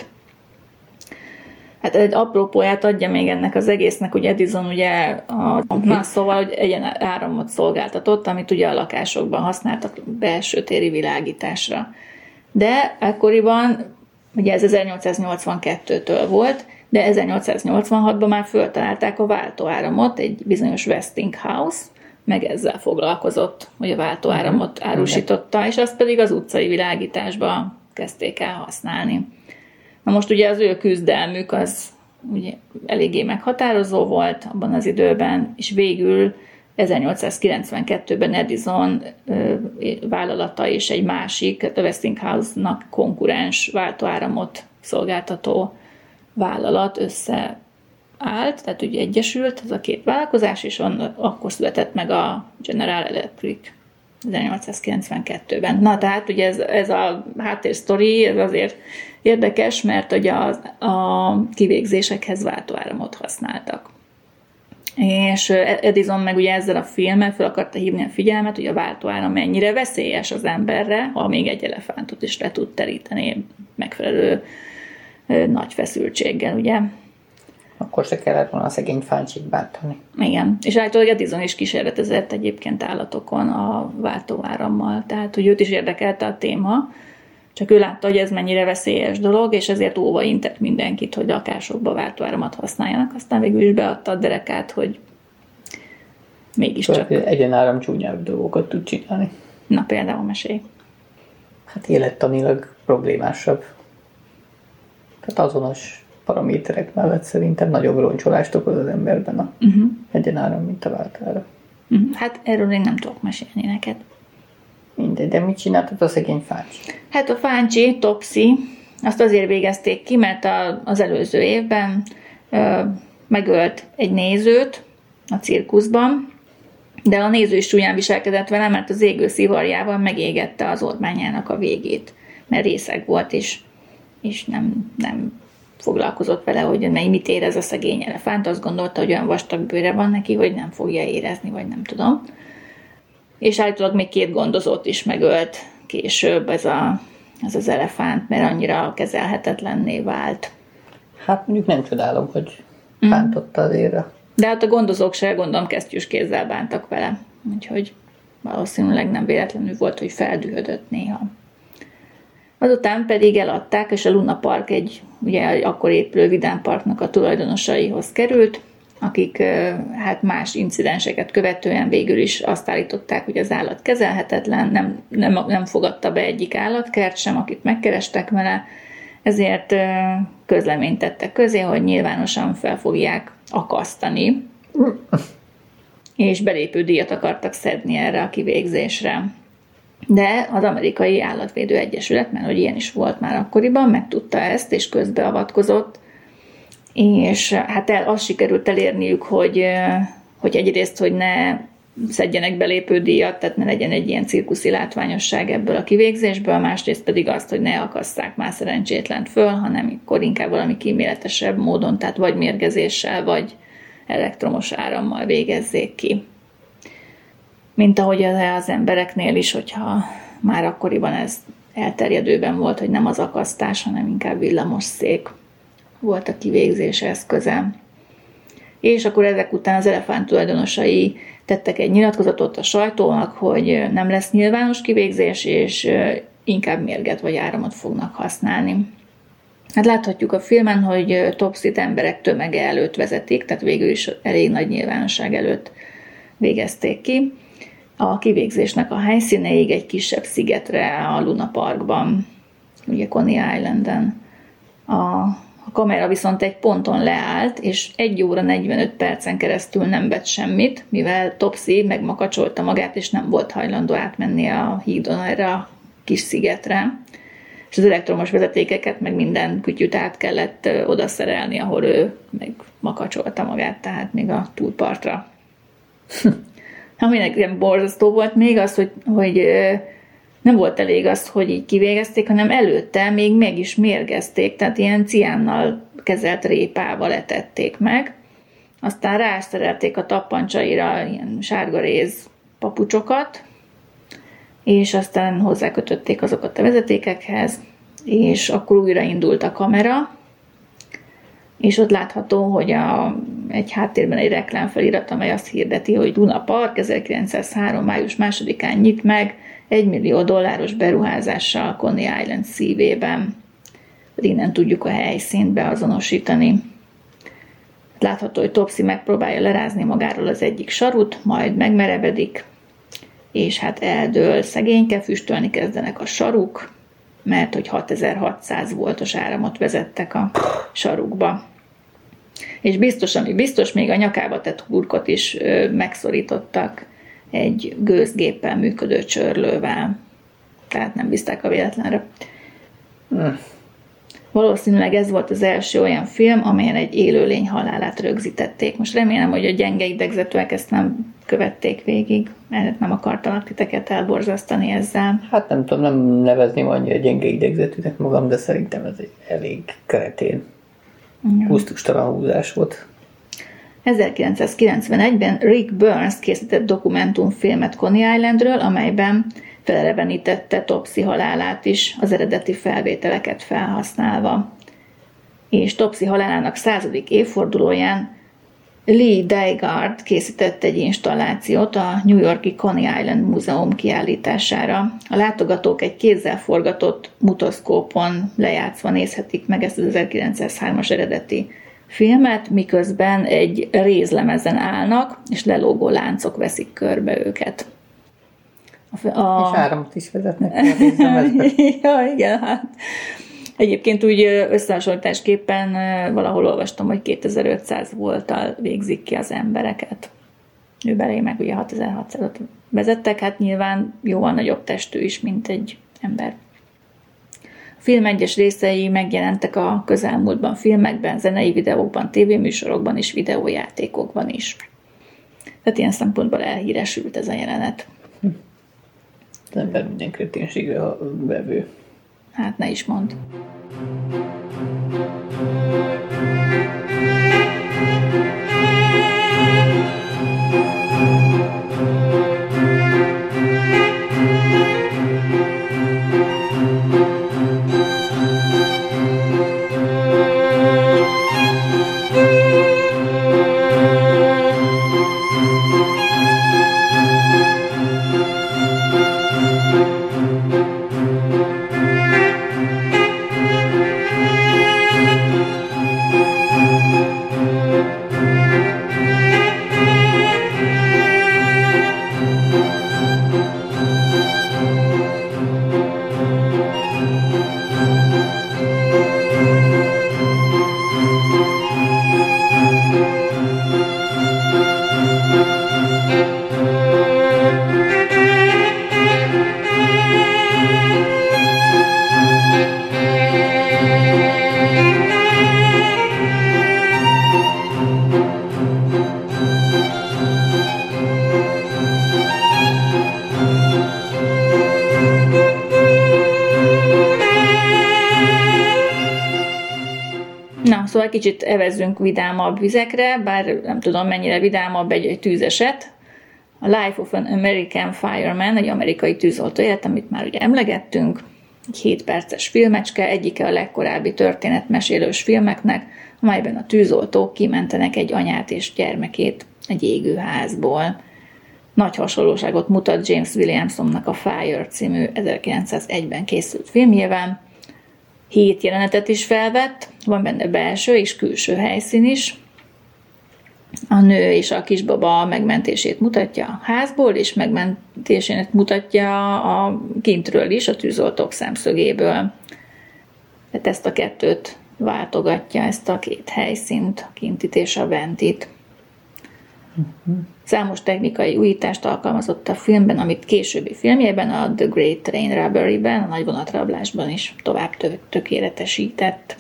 Hát egy apropóját adja még ennek az egésznek, hogy Edison ugye a, na, szóval, hogy egyen áramot szolgáltatott, amit ugye a lakásokban használtak belső téri világításra. De ekkoriban, ugye ez ezernyolcszáznyolcvankettőtől volt, de ezernyolcszáznyolcvanhatban már föltalálták a váltóáramot, egy bizonyos Westinghouse, meg ezzel foglalkozott, hogy a váltóáramot árusította, és azt pedig az utcai világításba kezdték el használni. Na most ugye az ő küzdelmük az ugye eléggé meghatározó volt abban az időben, és végül ezernyolcszázkilencvenkettőben Edison vállalata és egy másik, a Westinghouse-nak konkurens váltóáramot szolgáltató vállalat összeállt, tehát ugye egyesült ez a két vállalkozás, és on, akkor született meg a General Electric ezernyolcszázkilencvenkettőben. Na, tehát ugye ez, ez a háttérsztori, ez azért érdekes, mert ugye a, a kivégzésekhez váltóáramot használtak. És Edison meg ugye ezzel a filmmel fel akarta hívni a figyelmet, hogy a váltóáram mennyire veszélyes az emberre, ha még egy elefántot is le tud teríteni megfelelő nagy feszültséggel, ugye. Akkor se kellett volna a szegény fáncsit bántani. Igen, és állítólag Edison is kísérletezett egyébként állatokon a váltóárammal, tehát hogy őt is érdekelte a téma, csak ő látta, hogy ez mennyire veszélyes dolog, és ezért óva intett mindenkit, hogy lakásokba váltóáramot használjanak, aztán végül is beadta a derekát, hogy mégiscsak. Egyenáram csúnyább dolgokat tud csinálni. Na, például mesélj. Hát élettanilag problémásabb. Tehát azonos paraméterek mellett szerintem nagyobb roncsolást okoz az emberben a uh-huh. egyenáram, mint a váltára. Uh-huh. Hát erről én nem tudok mesélni neked. Mindegy, de mit csináltat a szegény fáncsi? Hát a fáncsi, Topsy, azt azért végezték ki, mert a, az előző évben ö, megölt egy nézőt a cirkuszban, de a néző is csúnyán viselkedett vele, mert az égő szivarjával megégette az ormányának a végét, mert részeg volt, és, és nem, nem foglalkozott vele, hogy mit érez a szegény elefánt, azt gondolta, hogy olyan vastag bőre van neki, hogy nem fogja érezni, vagy nem tudom. És állítólag még két gondozót is megölt később ez, a, ez az elefánt, mert annyira kezelhetetlenné vált. Hát mondjuk nem csodálom, hogy bántotta az érre. De hát a gondozók se, gondolom, kesztyűs kézzel bántak vele. Úgyhogy valószínűleg nem véletlenül volt, hogy feldühödött néha. Azután pedig eladták, és a Luna Park egy ugye akkor épülő vidámparknak a tulajdonosaihoz került, akik hát más incidenseket követően végül is azt állították, hogy az állat kezelhetetlen, nem, nem, nem fogadta be egyik állatkert sem, akit megkerestek vele, ezért közleményt tettek közé, hogy nyilvánosan fel fogják akasztani, és belépődíjat akartak szedni erre a kivégzésre. De az Amerikai Állatvédő Egyesület, mert hogy ilyen is volt már akkoriban, megtudta ezt, és közbeavatkozott, és hát el, azt sikerült elérniük, hogy, hogy egyrészt, hogy ne szedjenek belépődíjat, tehát ne legyen egy ilyen cirkuszi látványosság ebből a kivégzésből, másrészt pedig azt, hogy ne akasszák már szerencsétlent föl, hanem akkor inkább valami kíméletesebb módon, tehát vagy mérgezéssel, vagy elektromos árammal végezzék ki. Mint ahogy az embereknél is, hogyha már akkoriban ez elterjedőben volt, hogy nem az akasztás, hanem inkább villamos szék volt a kivégzés eszköze. És akkor ezek után az elefánt tulajdonosai tettek egy nyilatkozatot a sajtónak, hogy nem lesz nyilvános kivégzés, és inkább mérget vagy áramot fognak használni. Hát láthatjuk a filmen, hogy Topsyt emberek tömege előtt vezetik, tehát végül is elég nagy nyilvánosság előtt végezték ki. A kivégzésnek a helyszínéig egy kisebb szigetre a Luna Parkban, ugye Coney Islanden. A A kamera viszont egy ponton leállt, és egy óra negyvenöt percen keresztül nem vett semmit, mivel Topsy megmakacsolta magát, és nem volt hajlandó átmenni a hídon erre a kis szigetre. És az elektromos vezetékeket, meg minden kütyüt át kellett oda szerelni, ahol ő meg makacsolta magát, tehát még a túlpartra. Ami nekem borzasztó volt még az, hogy, hogy nem volt elég az, hogy így kivégezték, hanem előtte még meg is mérgezték, tehát ilyen ciánnal kezelt répával etették meg. Aztán rászerelték a tappancsaira ilyen sárgaréz papucsokat, és aztán hozzákötötték azokat a vezetékekhez, és akkor újra indult a kamera, és ott látható, hogy a, egy háttérben egy reklámfelirat, amely azt hirdeti, hogy Luna Park ezerkilencszázhárom. május másodikán nyit meg, egy millió dolláros beruházással Coney Island szívében. Innen tudjuk a helyszínt beazonosítani. Látható, hogy Topsy megpróbálja lerázni magáról az egyik sarut, majd megmerevedik, és hát eldől, szegényke, füstölni kezdenek a saruk, mert hogy hatezer-hatszáz voltos áramot vezettek a sarukba. És biztos, ami biztos, még a nyakába tett hurkot is megszorítottak egy gőzgéppel működő csörlővel. Tehát nem bízták a véletlenre. Hmm. Valószínűleg ez volt az első olyan film, amelyen egy élőlény halálát rögzítették. Most remélem, hogy a gyenge idegzetűek ezt nem követték végig, mert nem akartalak titeket elborzasztani ezzel. Hát nem tudom, nem nevezném annyira gyenge idegzetűnek magam, de szerintem ez egy elég kretén, gusztustalan húzás volt. ezerkilencszázkilencvenegyben Rick Burns készített dokumentumfilmet Coney Islandről, amelyben felelevenítette Topsy halálát is, az eredeti felvételeket felhasználva. És Topsy halálának századik évfordulóján Lee Dygard készített egy installációt a New York-i Coney Island Múzeum kiállítására. A látogatók egy kézzel forgatott mutoszkópon lejátszva nézhetik meg ezt az ezerkilencszázhármas eredeti filmet, miközben egy rézlemezen állnak, és lelógó láncok veszik körbe őket. A... És áramot is vezetnek a rézlemezbe. Ja, igen, hát. Egyébként úgy összehasonlításképpen valahol olvastam, hogy kétezer-ötszáz volttal végzik ki az embereket. Ő belé meg ugye hatezer-hatszázat vezettek, hát nyilván jóval nagyobb testű is, mint egy ember. A film egyes részei megjelentek a közelmúltban filmekben, zenei videókban, tévéműsorokban és videójátékokban is. Tehát ilyen szempontból elhíresült ez a jelenet. Az ember minden kreténségre vevő. Hát ne is mondd. Na, szóval kicsit evezzünk vidámabb vizekre, bár nem tudom mennyire vidámabb egy, egy tűzeset. A Life of an American Fireman, egy amerikai tűzoltó élet, amit már ugye emlegettünk, egy hét perces filmecske, egyike a legkorábbi történetmesélős filmeknek, amelyben a tűzoltók kimentenek egy anyát és gyermekét egy égőházból. Nagy hasonlóságot mutat James Williamsonnak a Fire című ezerkilencszázegyben készült filmjével. Hét jelenetet is felvett, van benne belső és külső helyszín is. A nő és a kisbaba megmentését mutatja a házból, és megmentését mutatja a kintről is, a tűzoltók szemszögéből. Tehát ezt a kettőt váltogatja, ezt a két helyszínt, a kintit és a bentit. Uh-huh. Számos technikai újítást alkalmazott a filmben, amit későbbi filmjében, a The Great Train Robbery-ben, a nagy vonatrablásban is tovább tök- tökéletesített.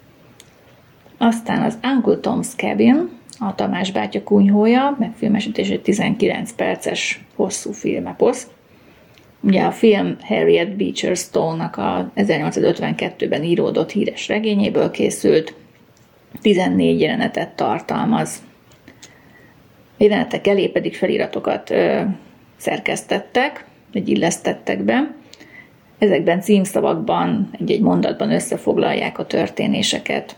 Aztán az Uncle Tom's Cabin, a Tamás bátya kunyhója, megfilmesítését tizenkilenc perces hosszú filmeposz. Ugye a film Harriet Beecher Stowe-nak a ezernyolcszázötvenkettőben íródott híres regényéből készült, tizennégy jelenetet tartalmaz. A jelenetek elé pedig feliratokat ö, szerkesztettek, vagy illesztettek be. Ezekben címszavakban, egy-egy mondatban összefoglalják a történéseket.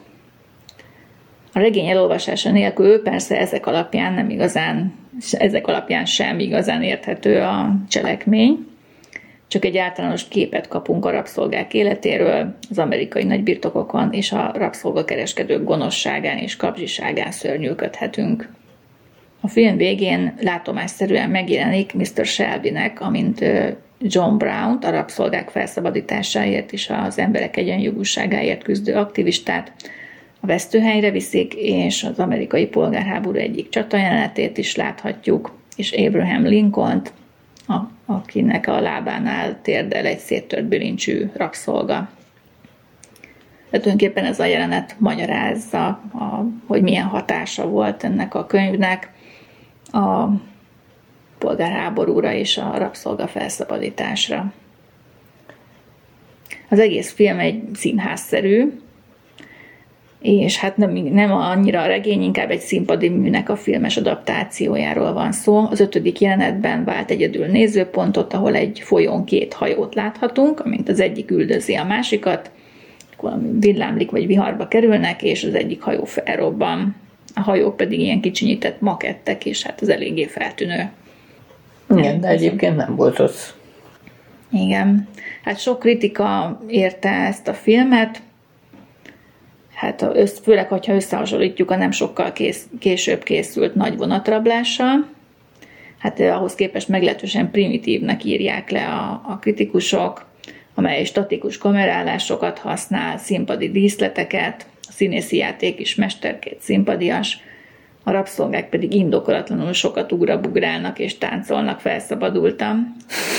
A regény elolvasása nélkül persze ezek alapján nem igazán, ezek alapján sem igazán érthető a cselekmény, csak egy általános képet kapunk a rabszolgák életéről, az amerikai nagybirtokokon és a rabszolgakereskedők gonoszságán és kapzsiságán szörnyűködhetünk. A film végén látomásszerűen megjelenik miszter Shelbynek, amint John Brown-t, a rabszolgák felszabadításáért és az emberek egyenjogúságáért küzdő aktivistát a vesztőhelyre viszik, és az amerikai polgárháború egyik csatajelenetét is láthatjuk, és Abraham Lincolnt, a, akinek a lábánál térdel egy széttört bilincsű rabszolga. De tulajdonképpen ez a jelenet magyarázza, a, hogy milyen hatása volt ennek a könyvnek a polgárháborúra és a rabszolga felszabadításra. Az egész film egy színházszerű, és hát nem, nem annyira a regény, inkább egy színpadi műnek a filmes adaptációjáról van szó. Az ötödik jelenetben vált egyedül nézőpontot, ahol egy folyón két hajót láthatunk, amint az egyik üldözi a másikat, valami villámlik vagy viharba kerülnek, és az egyik hajó felrobban. A hajók pedig ilyen kicsinyített makettek, és hát az eléggé feltűnő. Igen, de egyébként nem volt rossz. Igen. Hát sok kritika érte ezt a filmet, hát össz, főleg, hogyha összehasonlítjuk a nem sokkal kész, később készült nagy vonatrablással, hát ahhoz képest meglehetősen primitívnek írják le a, a kritikusok, amely statikus kamerálásokat használ, színpadi díszleteket, a színészi játék is mesterkét színpadias, a rabszolgák pedig indokolatlanul sokat ugrabugrálnak és táncolnak felszabadultan.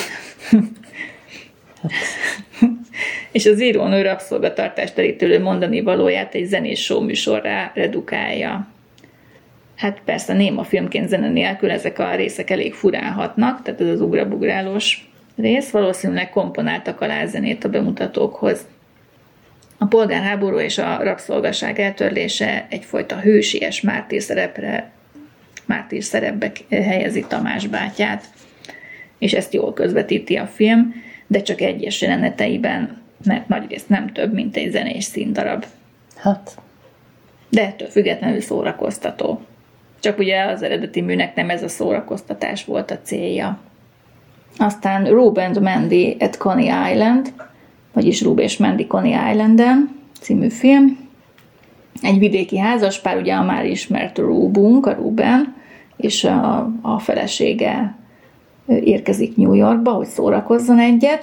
És az írónő rabszolgatartást elítélő mondani valóját egy zenés show műsorrá redukálja. Hát persze néma filmként zene nélkül ezek a részek elég furán hatnak, tehát ez az ugrabugrálós rész, valószínűleg komponáltak alá zenét a bemutatókhoz. A polgárháború és a rabszolgaság eltörlése egyfajta hősies mártír szerepre, mártír szerepbe helyezi Tamás bátyát, és ezt jól közvetíti a film, de csak egyes jeleneteiben, mert nagyrészt nem több, mint egy zenés színdarab. Hát. De ettől függetlenül szórakoztató. Csak ugye az eredeti műnek nem ez a szórakoztatás volt a célja. Aztán Rube and Mandy at Coney Island, vagyis Rube és Mandy Coney Islanden című film. Egy vidéki házaspár, ugye a már ismert Rubunk, a Ruben, és a, a felesége érkezik New Yorkba, hogy szórakozzon egyet,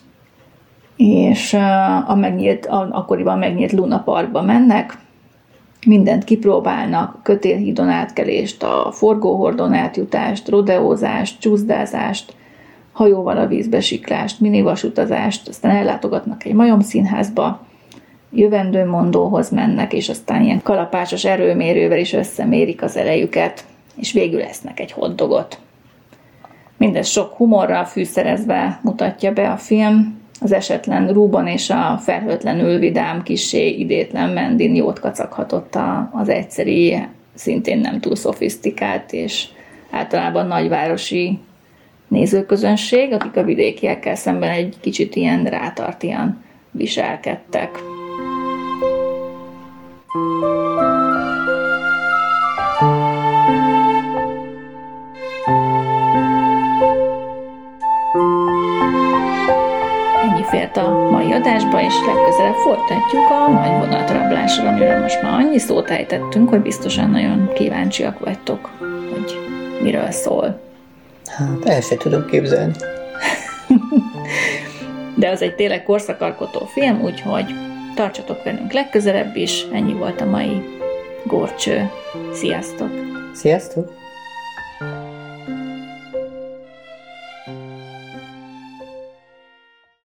és a megnyílt, a, akkoriban megnyílt Luna Parkba mennek, mindent kipróbálnak, kötélhídon átkelést, a forgóhordon átjutást, rodeózást, csúszdázást, hajóval a vízbesiklást, minivasutazást, aztán ellátogatnak egy majomszínházba, jövendőmondóhoz mennek, és aztán ilyen kalapácsos erőmérővel is összemérik az erejüket, és végül esznek egy hotdogot. Mindez sok humorral fűszerezve mutatja be a film, Az esetlen Rúban és a felhőtlenül vidám, kissé idétlen Mendin jót kacaghatott az egyszeri, szintén nem túl szofisztikált és általában nagyvárosi nézőközönség, akik a vidékiekkel szemben egy kicsit ilyen rátartian viselkedtek. Ennyi fért a mai adásba, és legközelebb folytatjuk a nagy vonatrablásról, amiről most már annyi szót ejtettünk, hogy biztosan nagyon kíváncsiak vagytok, hogy miről szól. Hát, el sem tudom képzelni. De az egy tényleg korszakalkotó film, úgyhogy tartsatok velünk legközelebb is. Ennyi volt a mai Górcső. Sziasztok! Sziasztok!